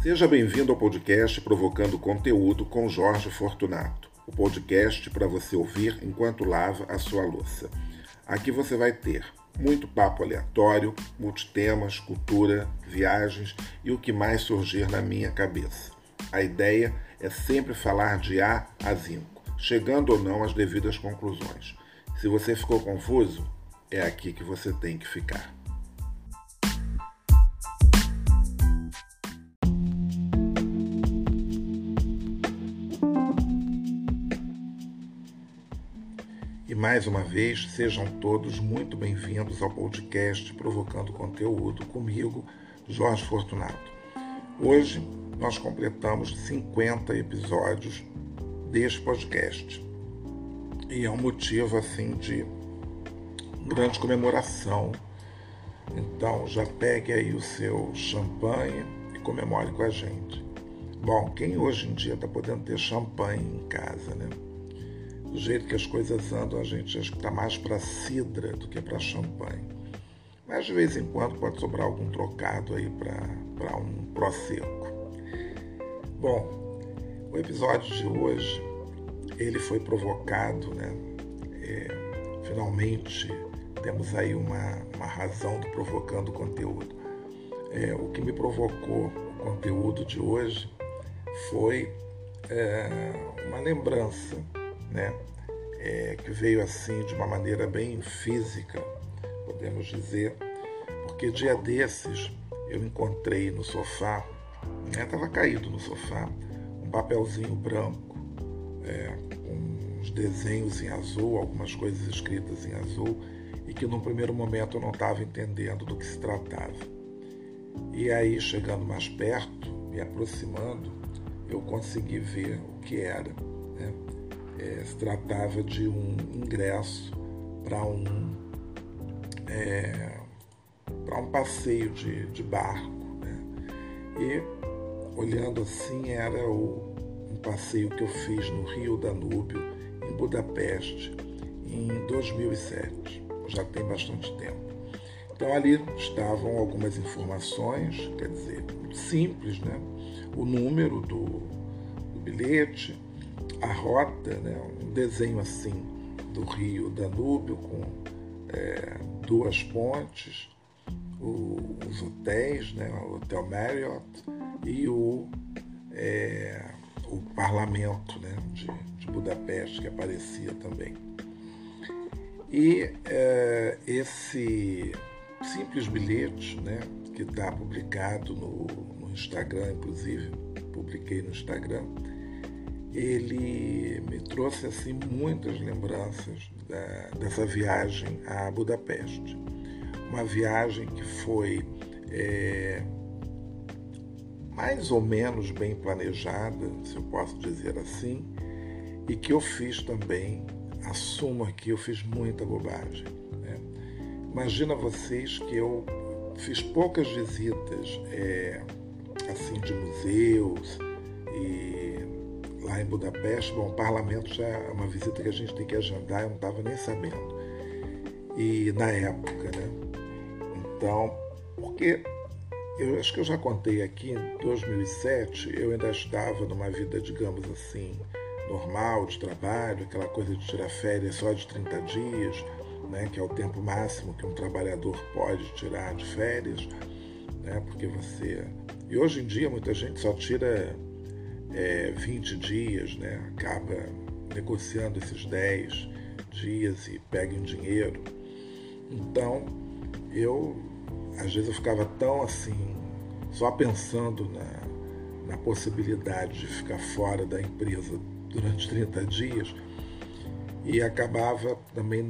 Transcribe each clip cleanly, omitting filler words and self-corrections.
Seja bem-vindo ao podcast Provocando Conteúdo com Jorge Fortunato, o podcast para você ouvir enquanto lava a sua louça. Aqui você vai ter muito papo aleatório, multitemas, cultura, viagens e o que mais surgir na minha cabeça. A ideia é sempre falar de A a Zinco, chegando ou não às devidas conclusões. Se você ficou confuso, é aqui que você tem que ficar. E mais uma vez, sejam todos muito bem-vindos ao podcast Provocando Conteúdo comigo, Jorge Fortunato. Hoje nós completamos 50 episódios deste podcast. E é um motivo assim de grande comemoração. Então já pegue aí o seu champanhe e comemore com a gente. Bom, quem hoje em dia está podendo ter champanhe em casa, né? Do jeito que as coisas andam, a gente acha que está mais para cidra do que para champanhe. Mas de vez em quando pode sobrar algum trocado aí para um prosecco. Bom, o episódio de hoje, ele foi provocado, né? Finalmente temos aí uma razão do Provocando Conteúdo. O que me provocou o conteúdo de hoje foi uma lembrança, né? Que veio assim de uma maneira bem física, podemos dizer, porque dia desses eu encontrei no sofá, estava caído no sofá, um papelzinho branco, com uns desenhos em azul, algumas coisas escritas em azul, e que num primeiro momento eu não estava entendendo do que se tratava. E aí, chegando mais perto, me aproximando, eu consegui ver o que era, né? Se tratava de um ingresso para um passeio de barco, né? E olhando assim, era um passeio que eu fiz no Rio Danúbio, em Budapeste, em 2007. Já tem bastante tempo. Então ali estavam algumas informações, quer dizer, simples, né? O número do bilhete, a rota, né? Um desenho assim do Rio Danúbio com duas pontes, os hotéis, né? O Hotel Marriott e o parlamento, né? de Budapeste, que aparecia também. E esse simples bilhete, né? Que está publicado no Instagram, inclusive, publiquei no Instagram, ele me trouxe assim muitas lembranças dessa viagem a Budapeste. Uma viagem que foi mais ou menos bem planejada, se eu posso dizer assim, e que eu fiz também, assumo aqui, eu fiz muita bobagem, né? Imagina vocês que eu fiz poucas visitas assim de museus e lá em Budapeste, bom, o parlamento já é uma visita que a gente tem que agendar, eu não estava nem sabendo. E na época, né? Então, porque eu acho que eu já contei aqui, em 2007, eu ainda estava numa vida, digamos assim, normal, de trabalho, aquela coisa de tirar férias só de 30 dias, né? Que é o tempo máximo que um trabalhador pode tirar de férias, né? Porque você... E hoje em dia muita gente só tira 20 dias, né? Acaba negociando esses 10 dias e pega em dinheiro. Então, às vezes eu ficava tão assim, só pensando na possibilidade de ficar fora da empresa durante 30 dias e acabava também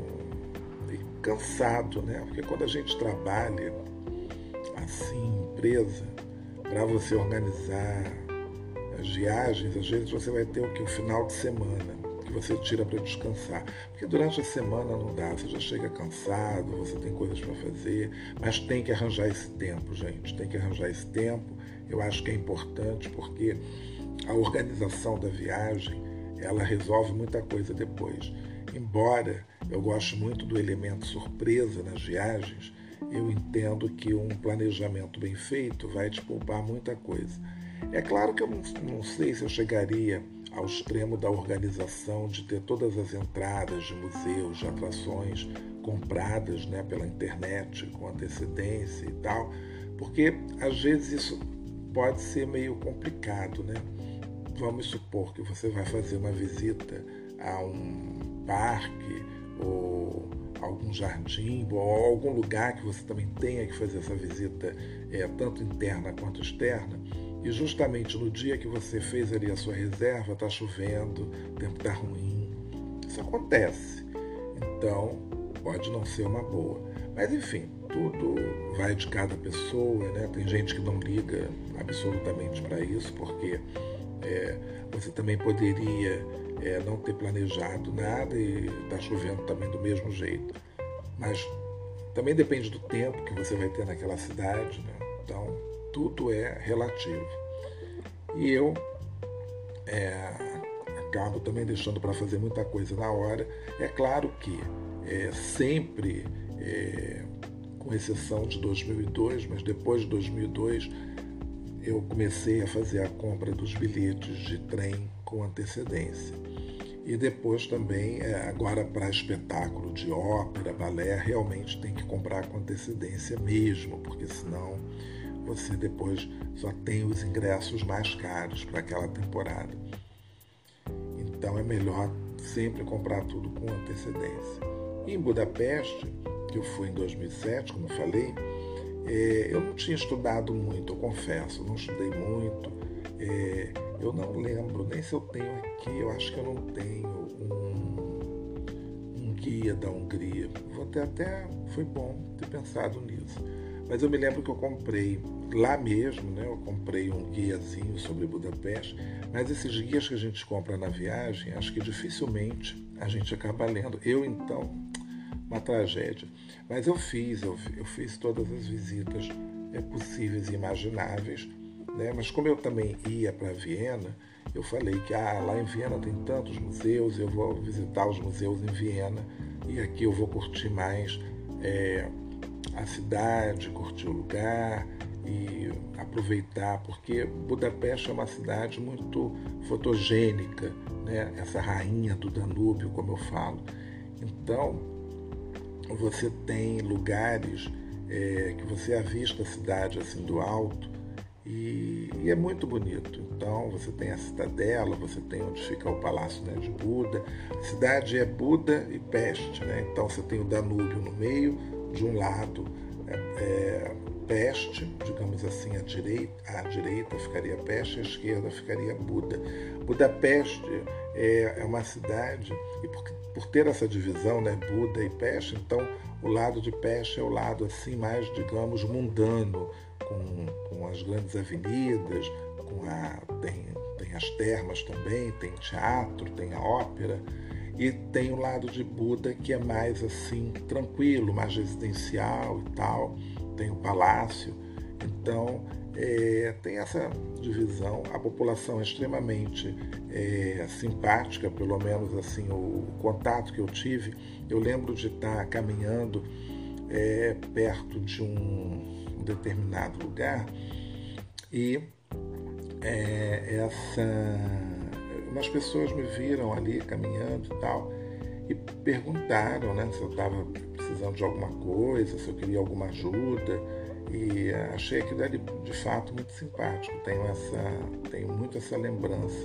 cansado, né? Porque quando a gente trabalha assim, empresa, para você organizar as viagens, às vezes você vai ter o final de semana que você tira para descansar, porque durante a semana não dá, você já chega cansado, você tem coisas para fazer, mas tem que arranjar esse tempo, gente, tem que arranjar esse tempo. Eu acho que é importante porque a organização da viagem, ela resolve muita coisa depois. Embora eu goste muito do elemento surpresa nas viagens, eu entendo que um planejamento bem feito vai te poupar muita coisa. É claro que eu não sei se eu chegaria ao extremo da organização de ter todas as entradas de museus, de atrações compradas, né, pela internet com antecedência e tal, porque às vezes isso pode ser meio complicado, né? Vamos supor que você vai fazer uma visita a um parque ou algum jardim ou algum lugar que você também tenha que fazer essa visita, tanto interna quanto externa, e justamente no dia que você fez ali a sua reserva, está chovendo, o tempo está ruim. Isso acontece. Então, pode não ser uma boa. Mas, enfim, tudo vai de cada pessoa, né? Tem gente que não liga absolutamente para isso, porque você também poderia não ter planejado nada e está chovendo também do mesmo jeito. Mas também depende do tempo que você vai ter naquela cidade, né? Então, tudo é relativo. E eu acabo também deixando para fazer muita coisa na hora. É claro que sempre, com exceção de 2002, mas depois de 2002, eu comecei a fazer a compra dos bilhetes de trem com antecedência. E depois também, agora para espetáculo de ópera, balé, realmente tem que comprar com antecedência mesmo, porque senão você depois só tem os ingressos mais caros para aquela temporada. Então é melhor sempre comprar tudo com antecedência. E em Budapeste, que eu fui em 2007, como eu falei, eu não tinha estudado muito, eu confesso, não estudei muito. Eu não lembro nem se eu tenho aqui, eu acho que eu não tenho um guia da Hungria. Até foi bom ter pensado nisso. Mas eu me lembro que eu comprei lá mesmo, né? Eu comprei um guiazinho sobre Budapeste, mas esses guias que a gente compra na viagem, acho que dificilmente a gente acaba lendo. Eu, então, uma tragédia. Mas eu fiz todas as visitas possíveis e imagináveis, né? Mas como eu também ia para Viena, eu falei que lá em Viena tem tantos museus, eu vou visitar os museus em Viena e aqui eu vou curtir mais a cidade, curtir o lugar e aproveitar, porque Budapeste é uma cidade muito fotogênica, né? Essa rainha do Danúbio, como eu falo. Então, você tem lugares que você avista a cidade assim do alto e é muito bonito. Então, você tem a Cidadela, você tem onde fica o Palácio, né, de Buda. A cidade é Buda e Peste, né? Então, você tem o Danúbio no meio, de um lado Peste, digamos assim, à direita ficaria Peste, à esquerda ficaria Buda. Budapeste é uma cidade, e por ter essa divisão, né, Buda e Peste, então o lado de Peste é o lado assim mais, digamos, mundano, com as grandes avenidas, tem as termas também, tem teatro, tem a ópera. E tem o lado de Buda, que é mais assim, tranquilo, mais residencial e tal. Tem o palácio. Então, tem essa divisão. A população é extremamente simpática, pelo menos assim, o contato que eu tive. Eu lembro de estar caminhando perto de um determinado lugar e umas pessoas me viram ali caminhando e tal e perguntaram, né, se eu estava precisando de alguma coisa, se eu queria alguma ajuda, e achei aquilo ali de fato muito simpático. Tenho muito essa lembrança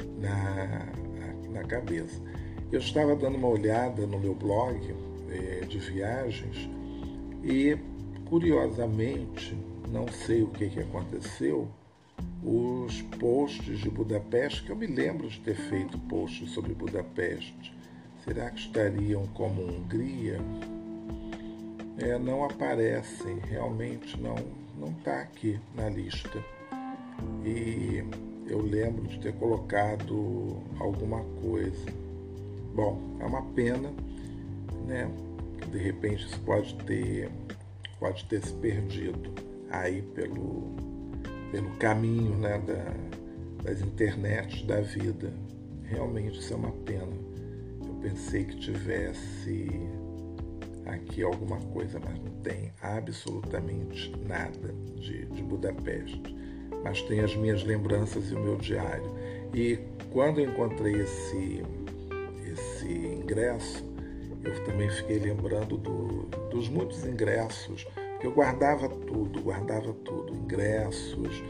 na cabeça. Eu estava dando uma olhada no meu blog de viagens e, curiosamente, não sei o que aconteceu, os posts de Budapeste, que eu me lembro de ter feito posts sobre Budapeste, será que estariam como Hungria? Não aparecem, realmente não está aqui na lista. E eu lembro de ter colocado alguma coisa. Bom, é uma pena, né? De repente isso pode ter se perdido aí pelo caminho, né, das internets da vida. Realmente isso é uma pena. Eu pensei que tivesse aqui alguma coisa, mas não tem absolutamente nada de Budapeste. Mas tem as minhas lembranças e o meu diário. E quando eu encontrei esse ingresso, eu também fiquei lembrando dos muitos ingressos, porque eu guardava tudo, ingressos,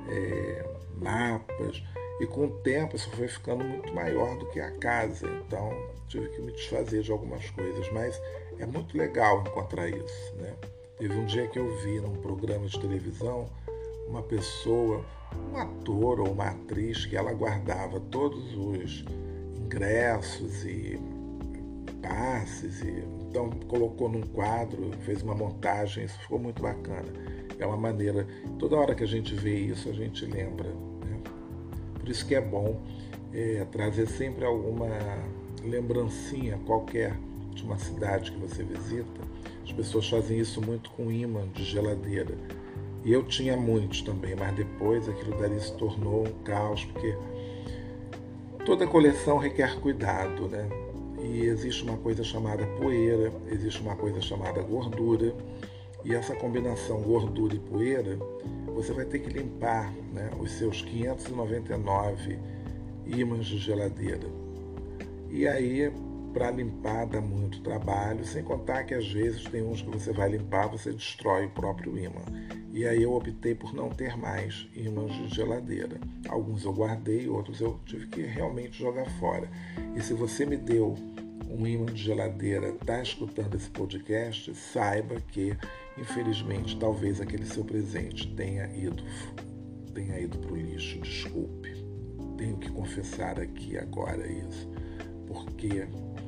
mapas, e com o tempo isso foi ficando muito maior do que a casa, então tive que me desfazer de algumas coisas, mas é muito legal encontrar isso, né? Teve um dia que eu vi num programa de televisão uma pessoa, um ator ou uma atriz, que ela guardava todos os ingressos e passes, então colocou num quadro, fez uma montagem, isso ficou muito bacana. É uma maneira, toda hora que a gente vê isso, a gente lembra, né? Por isso que é bom trazer sempre alguma lembrancinha qualquer de uma cidade que você visita. As pessoas fazem isso muito com imã de geladeira. E eu tinha muitos também, mas depois aquilo dali se tornou um caos, porque toda coleção requer cuidado, né? E existe uma coisa chamada poeira, existe uma coisa chamada gordura, e essa combinação gordura e poeira, você vai ter que limpar, né, os seus 599 ímãs de geladeira. E aí, para limpar dá muito trabalho, sem contar que às vezes tem uns que você vai limpar, você destrói o próprio ímã. E aí eu optei por não ter mais ímãs de geladeira. Alguns eu guardei, outros eu tive que realmente jogar fora. E se você me deu um ímã de geladeira, está escutando esse podcast, saiba que, infelizmente, talvez aquele seu presente tenha ido para o lixo. Desculpe. Tenho que confessar aqui agora isso. Porque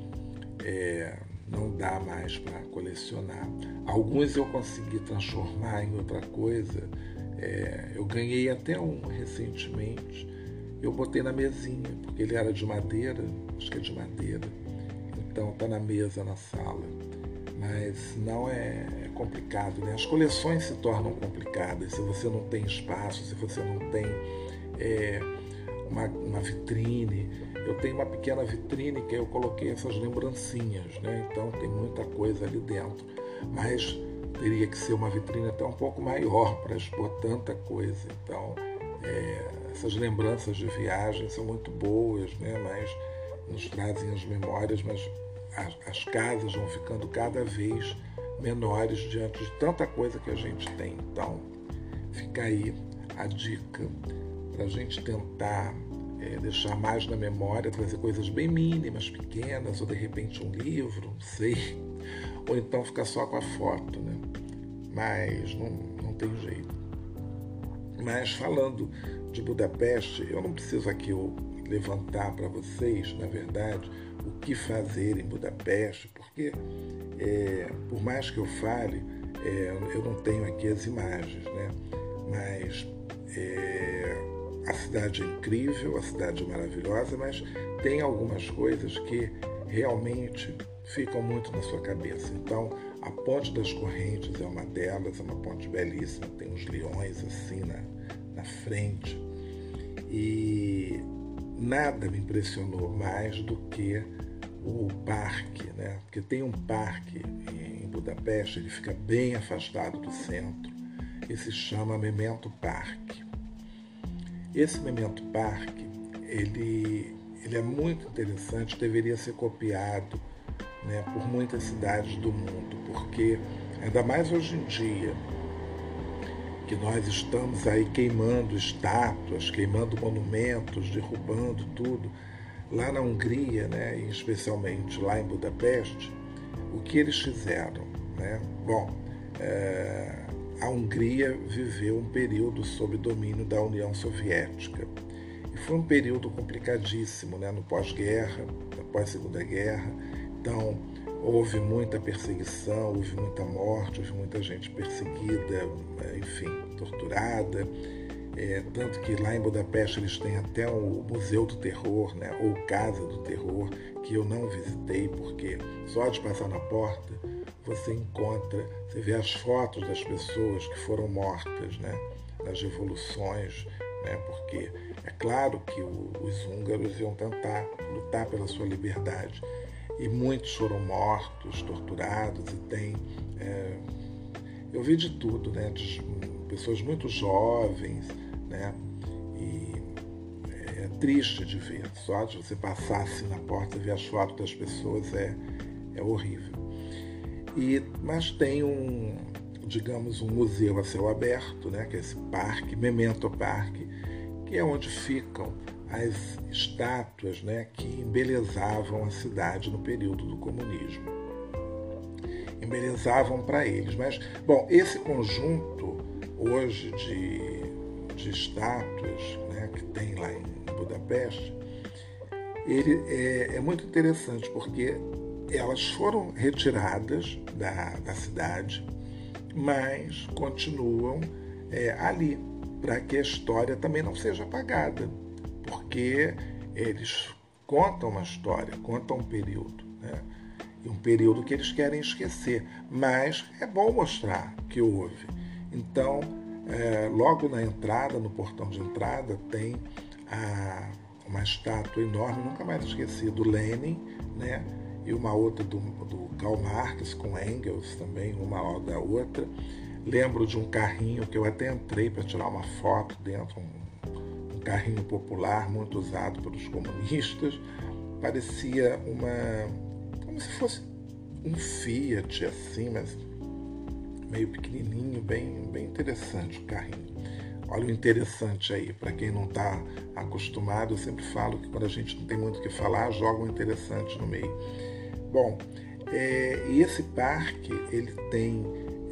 não dá mais para colecionar. Alguns eu consegui transformar em outra coisa. Eu ganhei até um recentemente. Eu botei na mesinha, porque ele era de madeira, acho que é de madeira. Então está na mesa, na sala. Mas não é complicado, né? As coleções se tornam complicadas se você não tem espaço, se você não tem uma vitrine. Eu tenho uma pequena vitrine que eu coloquei essas lembrancinhas, né? Então tem muita coisa ali dentro, mas teria que ser uma vitrine até um pouco maior para expor tanta coisa. Então essas lembranças de viagem são muito boas, né? Mas nos trazem as memórias, mas as casas vão ficando cada vez menores diante de tanta coisa que a gente tem. Então fica aí a dica para a gente tentar deixar mais na memória, trazer coisas bem mínimas, pequenas, ou de repente um livro, não sei, ou então ficar só com a foto, né? Mas não tem jeito. Mas falando de Budapeste, eu não preciso aqui levantar para vocês, na verdade, o que fazer em Budapeste, porque por mais que eu fale, eu não tenho aqui as imagens, né? Mas a cidade é incrível, a cidade é maravilhosa, mas tem algumas coisas que realmente ficam muito na sua cabeça. Então, a Ponte das Correntes é uma delas, é uma ponte belíssima, tem uns leões assim na frente. E nada me impressionou mais do que o parque, né? Porque tem um parque em Budapeste, ele fica bem afastado do centro, e se chama Memento Park. Esse Memento Park, ele é muito interessante, deveria ser copiado, né, por muitas cidades do mundo, porque ainda mais hoje em dia, que nós estamos aí queimando estátuas, queimando monumentos, derrubando tudo, lá na Hungria, né, e especialmente lá em Budapeste, o que eles fizeram, né? Bom, a Hungria viveu um período sob domínio da União Soviética. E foi um período complicadíssimo, né? No pós-guerra, na pós-segunda guerra. Então, houve muita perseguição, houve muita morte, houve muita gente perseguida, enfim, torturada. Tanto que lá em Budapeste eles têm até o Museu do Terror, né? Ou Casa do Terror, que eu não visitei, porque só de passar na porta você vê as fotos das pessoas que foram mortas, né, nas revoluções, né, porque é claro que os húngaros iam tentar lutar pela sua liberdade. e muitos foram mortos, torturados, e tem... eu vi de tudo, né? De pessoas muito jovens, né? E é triste de ver. Só de você passar assim na porta e ver as fotos das pessoas é horrível. Mas tem digamos, um museu a céu aberto, né? Que é esse parque, Memento Parque, que é onde ficam as estátuas, né, que embelezavam a cidade no período do comunismo. Embelezavam para eles. Mas, bom, esse conjunto hoje de estátuas, né, que tem lá em Budapeste, ele é muito interessante porque elas foram retiradas da cidade, mas continuam ali, para que a história também não seja apagada, porque eles contam uma história, contam um período, né? E um período que eles querem esquecer, mas é bom mostrar que houve. Então, logo na entrada, no portão de entrada, tem uma estátua enorme, nunca mais esqueci, do Lenin, né? E uma outra do Karl Marx com Engels também, uma ao da outra. Lembro de um carrinho que eu até entrei para tirar uma foto dentro, um carrinho popular muito usado pelos comunistas. Parecia como se fosse um Fiat assim, mas meio pequenininho, bem interessante o carrinho. Olha o interessante aí, para quem não está acostumado, eu sempre falo que quando a gente não tem muito o que falar, joga um interessante no meio. Bom, e esse parque, ele tem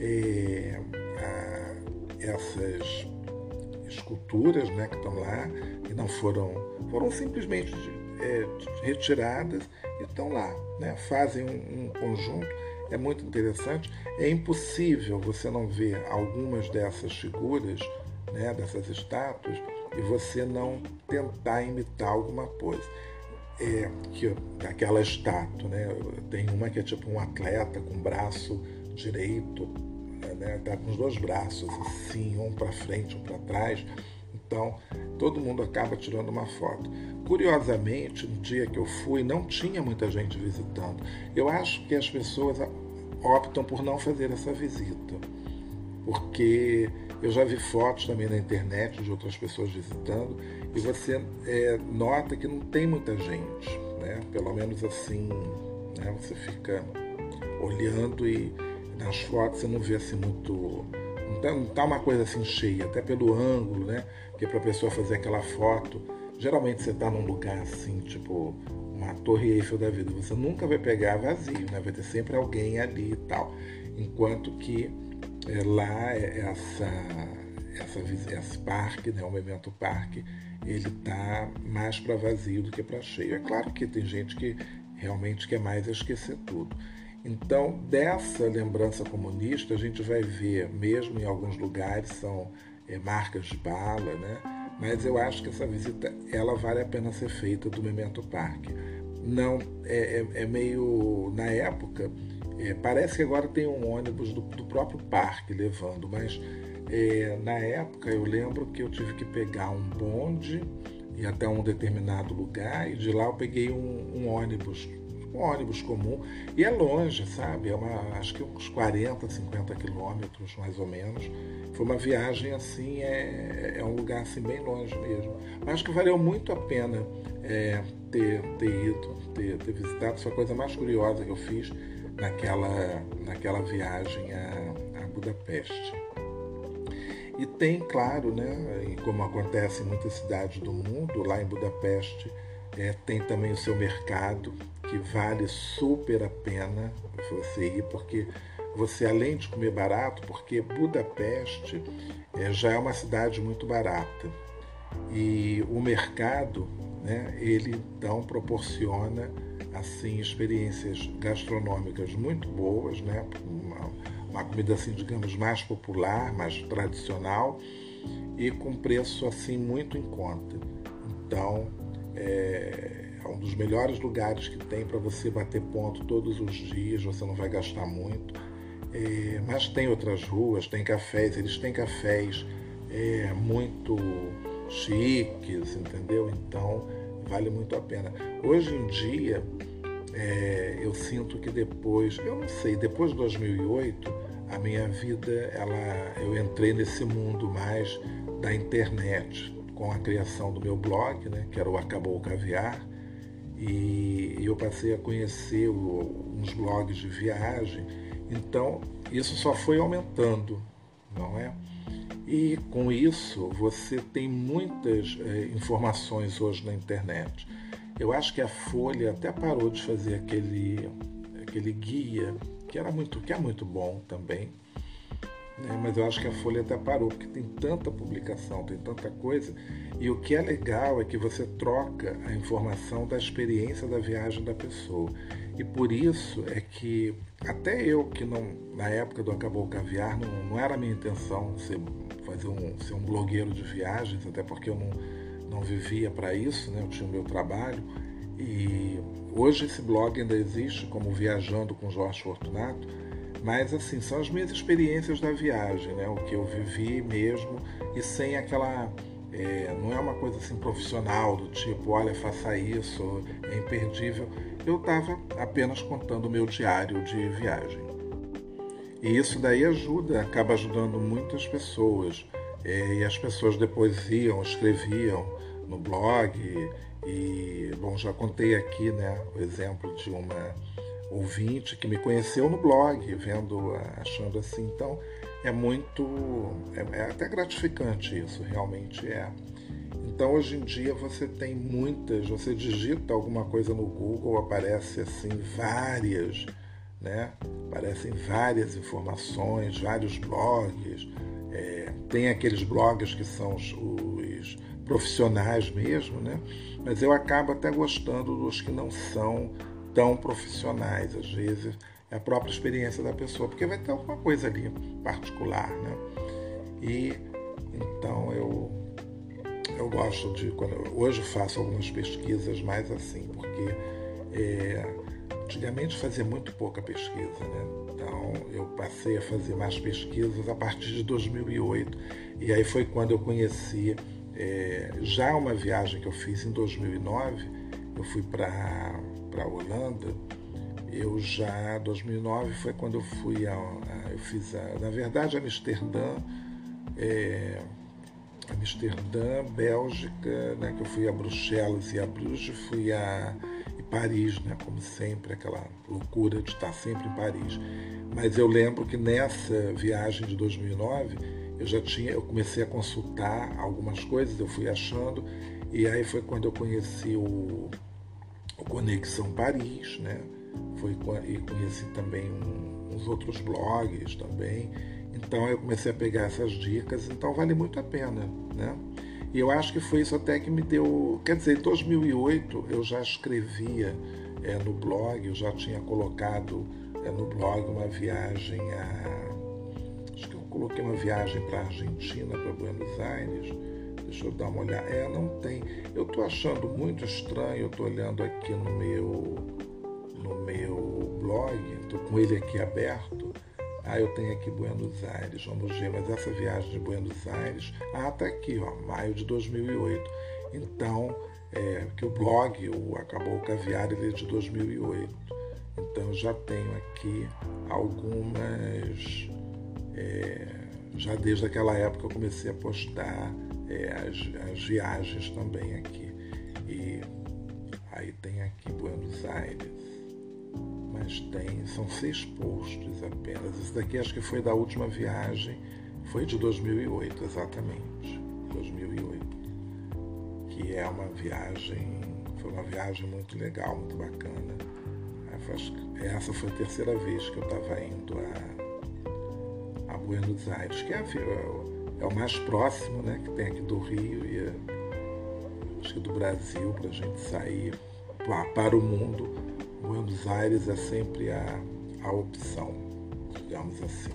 essas esculturas, né, que estão lá, e não foram simplesmente retiradas e estão lá, né, fazem um conjunto, é muito interessante. É impossível você não ver algumas dessas figuras, né, dessas estátuas, e você não tentar imitar alguma coisa. Aquela estátua, né? Tem uma que é tipo um atleta com o braço direito, né? Tá com os dois braços assim, um para frente, um para trás. Então, todo mundo acaba tirando uma foto. Curiosamente, no dia que eu fui, não tinha muita gente visitando. Eu acho que as pessoas optam por não fazer essa visita, porque eu já vi fotos também na internet de outras pessoas visitando, e você nota que não tem muita gente, né? Pelo menos assim, né? Você fica olhando e nas fotos você não vê assim muito... Não tá uma coisa assim cheia, até pelo ângulo, né? Porque para a pessoa fazer aquela foto, geralmente você está num lugar assim, tipo uma Torre Eiffel da vida, você nunca vai pegar vazio, né? Vai ter sempre alguém ali e tal. Enquanto que lá esse parque, né, o Memento Parque, ele está mais para vazio do que para cheio. É claro que tem gente que realmente quer mais esquecer tudo. Então, dessa lembrança comunista, a gente vai ver, mesmo em alguns lugares, são marcas de bala, né? Mas eu acho que essa visita, ela vale a pena ser feita do Memento Parque. Não, meio, na época, parece que agora tem um ônibus do próprio parque levando, mas na época eu lembro que eu tive que pegar um bonde e até um determinado lugar, e de lá eu peguei um ônibus comum, e é longe, sabe? Acho que uns 40, 50 quilômetros, mais ou menos. Foi uma viagem assim, é um lugar assim bem longe mesmo. Mas acho que valeu muito a pena ter ido, ter visitado. Foi a coisa mais curiosa que eu fiz naquela viagem a Budapeste. E tem, claro, né, como acontece em muitas cidades do mundo, lá em Budapeste tem também o seu mercado, que vale super a pena você ir, porque você, além de comer barato, porque Budapeste já é uma cidade muito barata, e o mercado, né, ele então proporciona assim experiências gastronômicas muito boas, né, uma comida assim, digamos, mais popular, mais tradicional, e com preço assim muito em conta. Então é um dos melhores lugares que tem para você bater ponto todos os dias, você não vai gastar muito. Mas tem outras ruas, tem cafés, eles têm cafés muito chiques, entendeu? Então vale muito a pena. Hoje em dia eu sinto que depois, eu não sei, depois de 2008, a minha vida, eu entrei nesse mundo mais da internet, com a criação do meu blog, né, que era o Acabou o Caviar, e eu passei a conhecer uns blogs de viagem. Então, isso só foi aumentando, não é? E com isso, você tem muitas informações hoje na internet. Eu acho que a Folha até parou de fazer aquele guia, que é muito bom também, né? Mas eu acho que a Folha até parou, porque tem tanta publicação, tem tanta coisa, e o que é legal é que você troca a informação da experiência da viagem da pessoa. E por isso é que até eu, que não, na época do Acabou o Caviar, não era a minha intenção ser um blogueiro de viagens, até porque eu não vivia para isso, né? Eu tinha o meu trabalho, e hoje esse blog ainda existe como Viajando com Jorge Fortunato, mas assim, são as minhas experiências da viagem, né? O que eu vivi mesmo, e sem aquela... não é uma coisa assim profissional, do tipo, olha, faça isso, é imperdível. Eu estava apenas contando o meu diário de viagem. E isso daí acaba ajudando muitas pessoas. E as pessoas depois escreviam no blog. E, bom, já contei aqui, né, o exemplo de uma ouvinte que me conheceu no blog, achando assim. Então, é até gratificante isso, realmente é. Então, hoje em dia, você digita alguma coisa no Google, aparece assim várias, né? Aparecem várias informações, vários blogs. Tem aqueles blogs que são os profissionais mesmo, né? Mas eu acabo até gostando dos que não são tão profissionais. Às vezes é a própria experiência da pessoa, porque vai ter alguma coisa ali particular, né? E então eu gosto hoje faço algumas pesquisas mais assim, porque antigamente fazia muito pouca pesquisa, né? Então eu passei a fazer mais pesquisas a partir de 2008, e aí foi quando eu conheci já uma viagem que eu fiz em 2009. Eu fui para a Holanda. 2009 foi quando eu fui eu fiz na verdade Amsterdã, Bélgica, né, que eu fui a Bruxelas e a Bruges, e Paris, né, como sempre, aquela loucura de estar sempre em Paris. Mas eu lembro que nessa viagem de 2009 eu comecei a consultar algumas coisas, eu fui achando, e aí foi quando eu conheci o Conexão Paris, né? E conheci também uns outros blogs também. Então eu comecei a pegar essas dicas, então vale muito a pena, né? E eu acho que foi isso até que me deu... Quer dizer, em 2008 eu já escrevia no blog, eu já tinha colocado no blog uma viagem acho que eu coloquei uma viagem para a Argentina, para Buenos Aires. Deixa eu dar uma olhada. Não tem. Eu estou achando muito estranho, eu estou olhando aqui no meu blog, estou com ele aqui aberto. Eu tenho aqui Buenos Aires, vamos ver, mas essa viagem de Buenos Aires, tá aqui, ó, maio de 2008. Então, que o blog, o Acabou o Caviar, ele é de 2008. Então, eu já tenho aqui algumas... já desde aquela época eu comecei a postar as viagens também aqui. E aí tem aqui Buenos Aires. Mas são 6 posts apenas. Esse daqui acho que foi da última viagem, foi de 2008, exatamente, 2008, que foi uma viagem muito legal, muito bacana. Essa foi a terceira vez que eu estava indo a Buenos Aires, que é o mais próximo, né, que tem aqui do Rio e acho que do Brasil, para a gente sair para o mundo. Buenos Aires é sempre a opção, digamos assim.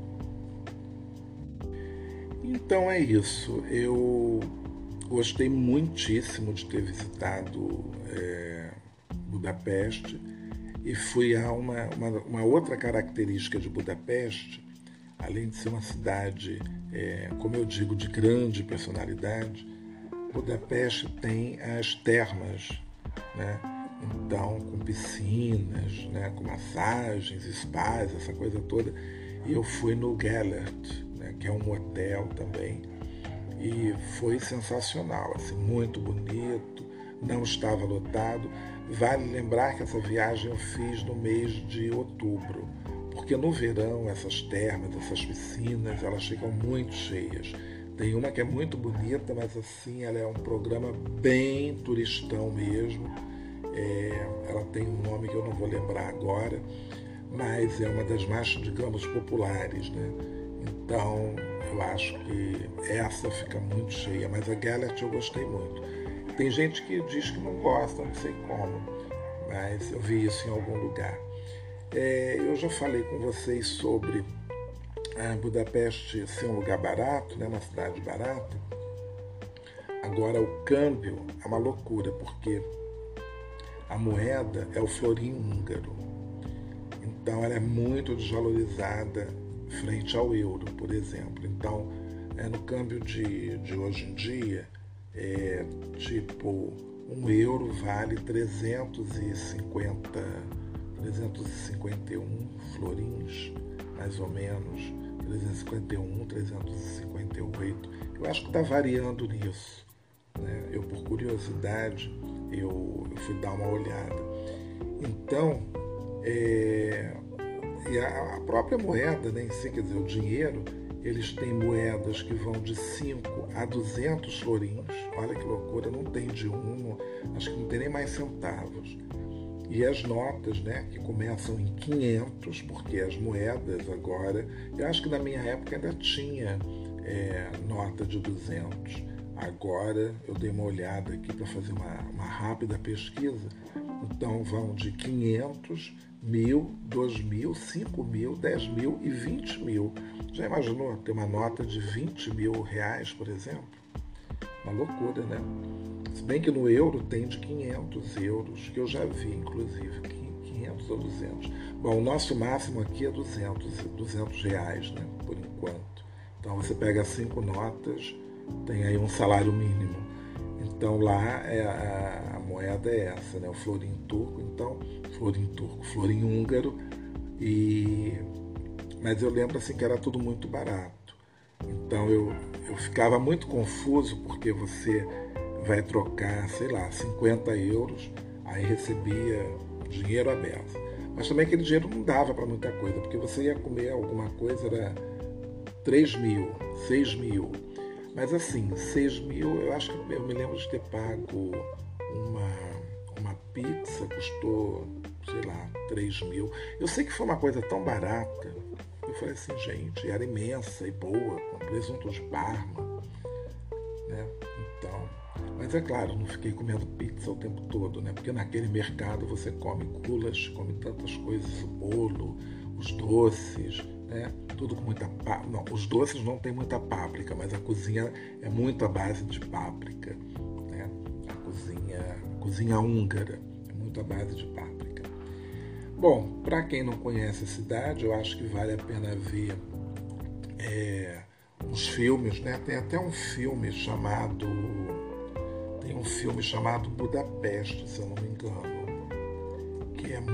Então é isso. Eu gostei muitíssimo de ter visitado Budapeste, e fui a uma outra característica de Budapeste, além de ser uma cidade, como eu digo, de grande personalidade. Budapeste tem as termas, né? então com piscinas, né, com massagens, spas, essa coisa toda. E eu fui no Gellert, né, que é um hotel também, e foi sensacional, assim, muito bonito, não estava lotado. Vale lembrar que essa viagem eu fiz no mês de outubro, porque no verão essas termas, essas piscinas, elas ficam muito cheias. Tem uma que é muito bonita, mas assim, ela é um programa bem turistão mesmo. Ela tem um nome que eu não vou lembrar agora, mas é uma das mais, digamos, populares, né? Então, eu acho que essa fica muito cheia, mas a Gellert eu gostei muito. Tem gente que diz que não gosta, não sei como, mas eu vi isso em algum lugar. Eu já falei com vocês sobre Budapeste ser um lugar barato, né, uma cidade barata. Agora, o câmbio é uma loucura, porque a moeda é o florim húngaro. Então, ela é muito desvalorizada frente ao euro, por exemplo. Então, no câmbio de hoje em dia, tipo, um euro vale 351 florins, mais ou menos, 351, 358. Eu acho que está variando nisso, né? Eu, por curiosidade, eu fui dar uma olhada. Então, e a própria moeda, né, em si, quer dizer, o dinheiro, eles têm moedas que vão de 5 a 200 florins. Olha que loucura, não tem de 1, acho que não tem nem mais centavos. E as notas, né, que começam em 500, porque as moedas agora, eu acho que na minha época ainda tinha nota de 200. Agora eu dei uma olhada aqui para fazer uma rápida pesquisa. Então vão de 500, 1.000, 2.000, 5.000, 10.000 e 20.000. Já imaginou ter uma nota de 20.000 reais, por exemplo? Uma loucura, né? Se bem que no euro tem de 500 euros, que eu já vi, inclusive, 500 ou 200. Bom, o nosso máximo aqui é 200 reais, né? Por enquanto. Então você pega 5 notas, tem aí um salário mínimo. Então lá a moeda é essa, né? O florim turco, então, florim húngaro. Mas eu lembro assim que era tudo muito barato. Então eu ficava muito confuso, porque você vai trocar, sei lá, 50 euros, aí recebia dinheiro à beça. Mas também aquele dinheiro não dava para muita coisa, porque você ia comer alguma coisa, era 3.000, 6.000. Mas assim, 6.000, eu acho que eu me lembro de ter pago uma pizza, custou, sei lá, 3.000. Eu sei que foi uma coisa tão barata. Eu falei assim, gente, era imensa e boa, com presunto de Parma, né? Então, mas é claro, não fiquei comendo pizza o tempo todo, né? Porque naquele mercado você come gulas, come tantas coisas, o bolo, os doces, né? Tudo com muita páprica. Não, os doces não tem muita páprica, mas a cozinha é muito à base de páprica, né? A cozinha húngara é muito à base de páprica. Bom, para quem não conhece a cidade, eu acho que vale a pena ver uns filmes, né? Tem até um filme chamado Budapeste, se eu não me engano, que é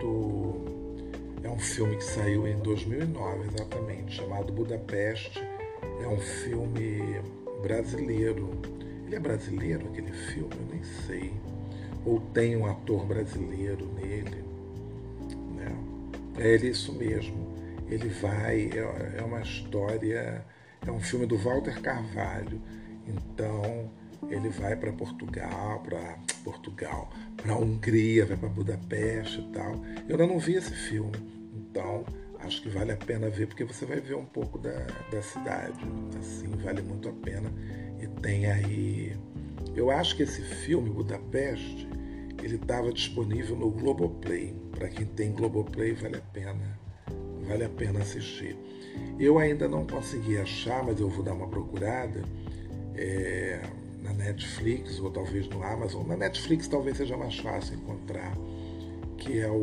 um filme que saiu em 2009, exatamente, chamado Budapeste. É um filme brasileiro. Ele é brasileiro, aquele filme? Eu nem sei. Ou tem um ator brasileiro nele, né? É isso mesmo. Ele vai... É uma história... É um filme do Walter Carvalho. Então, ele vai para Portugal, para Hungria, vai para Budapeste e tal. Eu ainda não vi esse filme, então acho que vale a pena ver, porque você vai ver um pouco da cidade. Assim, vale muito a pena. E tem aí... Eu acho que esse filme, Budapeste, ele estava disponível no Globoplay. Para quem tem Globoplay, vale a pena assistir. Eu ainda não consegui achar, mas eu vou dar uma procurada na Netflix ou talvez no Amazon. Na Netflix talvez seja mais fácil encontrar, que é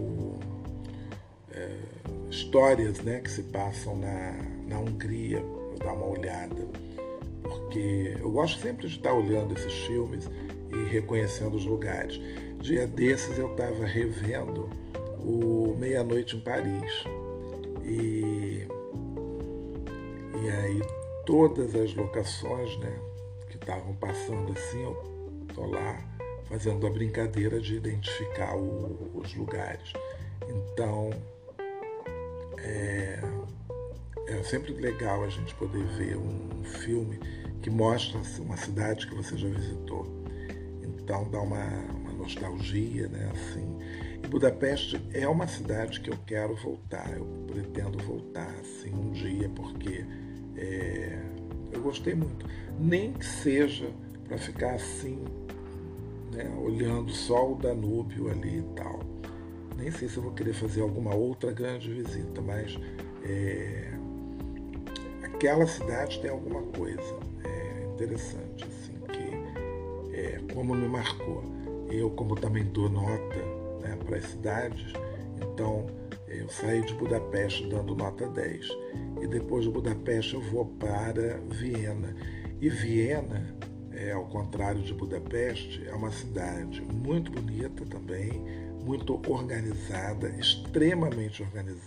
histórias, né, que se passam na Hungria. Vou dar uma olhada, porque eu gosto sempre de estar olhando esses filmes e reconhecendo os lugares. dia desses eu estava revendo o Meia-Noite em Paris. E aí todas as locações, né, que estavam passando assim, eu tô lá fazendo a brincadeira de identificar os lugares. Então é sempre legal a gente poder ver um filme que mostra uma cidade que você já visitou. Então dá uma nostalgia, né, assim. E Budapeste é uma cidade que eu quero voltar, eu pretendo voltar assim um dia, porque eu gostei muito. Nem que seja para ficar assim, né, olhando só o Danúbio ali e tal. Nem sei se eu vou querer fazer alguma outra grande visita, mas aquela cidade tem alguma coisa interessante, assim, que como me marcou. Eu, como também dou nota, né, para as cidades, então eu saí de Budapeste dando nota 10. E depois de Budapeste eu vou para Viena. E Viena, ao contrário de Budapeste, é uma cidade muito bonita também, muito organizada, extremamente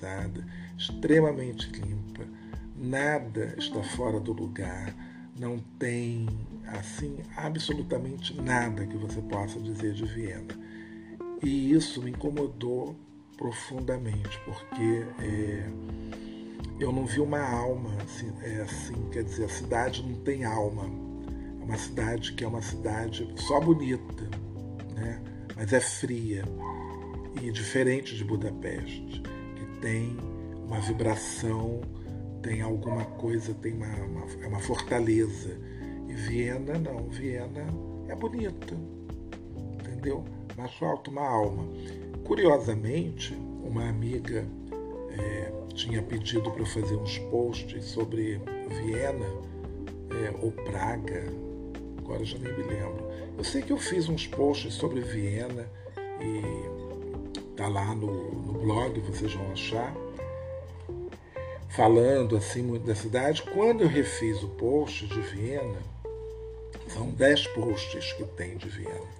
limpa, nada está fora do lugar, não tem, assim, absolutamente nada que você possa dizer de Viena. E isso me incomodou profundamente, porque eu não vi uma alma, assim, quer dizer, a cidade não tem alma. É uma cidade que é uma cidade só bonita, né? Mas é fria. E diferente de Budapeste, que tem uma vibração, tem alguma coisa, tem uma fortaleza. E Viena não, Viena é bonita, entendeu? Mas falta uma alma. Curiosamente, uma amiga tinha pedido para eu fazer uns posts sobre Viena ou Praga, agora já nem me lembro. Eu sei que eu fiz uns posts sobre Viena e tá lá no blog, vocês vão achar, falando assim muito da cidade. Quando eu refiz o post de Viena, são 10 posts que tem de Viena,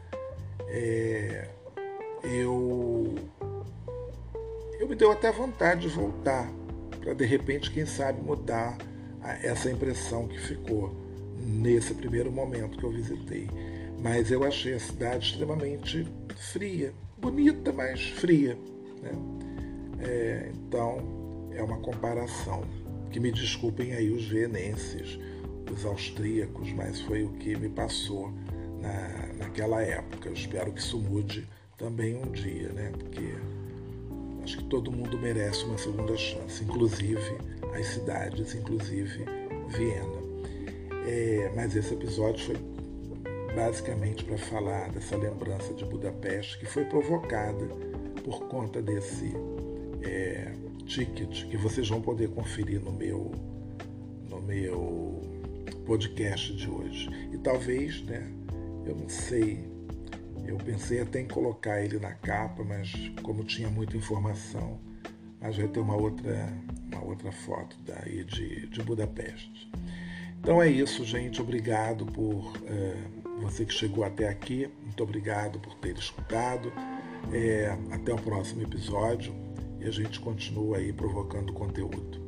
eu me deu até vontade de voltar, para de repente, quem sabe, mudar essa impressão que ficou nesse primeiro momento que eu visitei. Mas eu achei a cidade extremamente fria, bonita, mas fria, né? Então é uma comparação. Que me desculpem aí os vienenses, os austríacos, mas foi o que me passou naquela época. Eu espero que isso mude também um dia, né? Porque acho que todo mundo merece uma segunda chance, inclusive as cidades, inclusive Viena. Mas esse episódio foi basicamente para falar dessa lembrança de Budapeste, que foi provocada por conta desse ticket que vocês vão poder conferir no meu podcast de hoje. E talvez, né, eu não sei, eu pensei até em colocar ele na capa, mas como tinha muita informação, mas vai ter uma outra foto daí de Budapeste. Então é isso, gente. Obrigado por você que chegou até aqui. Muito obrigado por ter escutado. Até o próximo episódio e a gente continua aí provocando conteúdo.